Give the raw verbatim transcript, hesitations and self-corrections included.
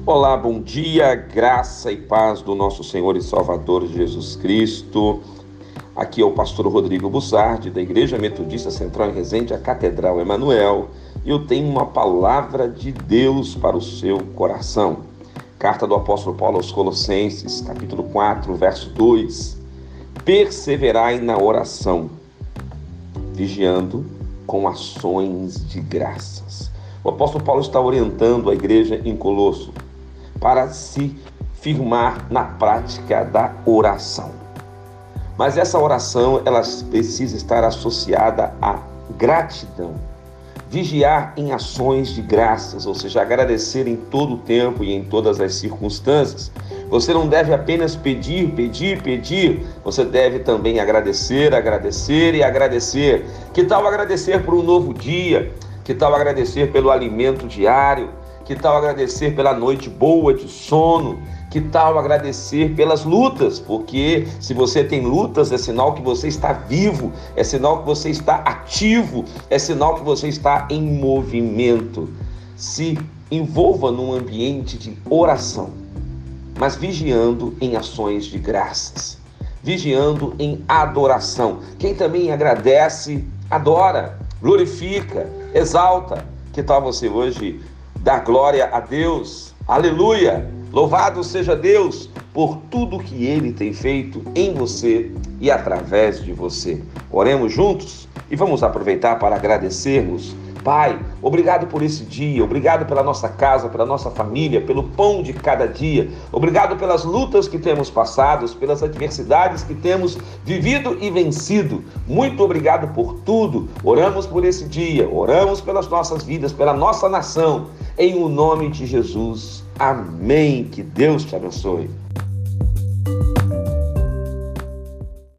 Olá, bom dia, graça e paz do nosso Senhor e Salvador Jesus Cristo. Aqui é o pastor Rodrigo Bussardi, da Igreja Metodista Central em Resende, a Catedral Emanuel, e eu tenho uma palavra de Deus para o seu coração. Carta do apóstolo Paulo aos Colossenses, capítulo quatro, verso dois. Perseverai na oração, vigiando com ações de graças. O apóstolo Paulo está orientando a igreja em Colosso para se firmar na prática da oração. Mas essa oração, ela precisa estar associada à gratidão. Vigiar em ações de graças, ou seja, agradecer em todo o tempo e em todas as circunstâncias. Você não deve apenas pedir, pedir, pedir. Você deve também agradecer, agradecer e agradecer. Que tal agradecer por um novo dia? Que tal agradecer pelo alimento diário? Que tal agradecer pela noite boa de sono? Que tal agradecer pelas lutas? Porque se você tem lutas, é sinal que você está vivo, é sinal que você está ativo, é sinal que você está em movimento. Se envolva num ambiente de oração, mas vigiando em ações de graças, vigiando em adoração. Quem também agradece, adora, glorifica, exalta. Que tal você hoje dar glória a Deus? Aleluia! Louvado seja Deus por tudo que Ele tem feito em você e através de você. Oremos juntos e vamos aproveitar para agradecermos. Pai, obrigado por esse dia, obrigado pela nossa casa, pela nossa família, pelo pão de cada dia. Obrigado pelas lutas que temos passado, pelas adversidades que temos vivido e vencido. Muito obrigado por tudo. Oramos por esse dia, oramos pelas nossas vidas, pela nossa nação. Em o nome de Jesus. Amém. Que Deus te abençoe.